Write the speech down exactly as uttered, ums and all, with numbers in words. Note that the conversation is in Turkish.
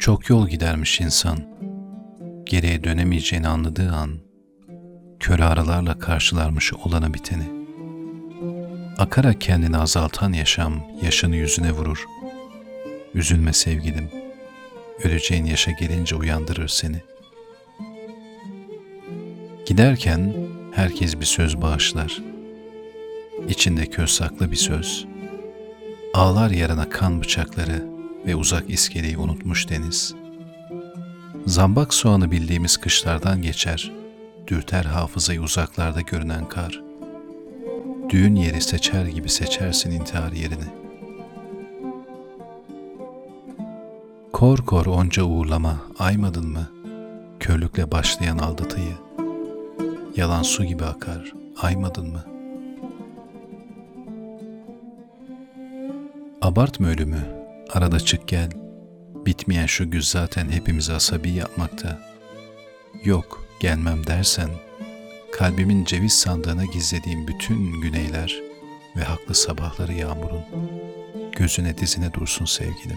Çok yol gidermiş insan, geriye dönemeyeceğini anladığı an, köre aralarla karşılarmış olana biteni. Akarak kendini azaltan yaşam, yaşını yüzüne vurur. Üzülme sevgilim, öleceğin yaşa gelince uyandırır seni. Giderken herkes bir söz bağışlar. İçinde köz saklı bir söz. Ağlar yarına kan bıçakları ve uzak iskeleyi unutmuş deniz. Zambak soğanı bildiğimiz kışlardan geçer, dürter hafızayı uzaklarda görünen kar. Düğün yeri seçer gibi seçersin intihar yerini. Kor kor onca uğurlama aymadın mı? Körlükle başlayan aldatıyı. Yalan su gibi akar, aymadın mı? Abartma ölümü, arada çık gel. Bitmeyen şu güz zaten hepimizi asabi yapmakta. Yok, gelmem dersen, kalbimin ceviz sandığına gizlediğim bütün güneyler ve haklı sabahları yağmurun, gözüne dizine dursun sevgilim.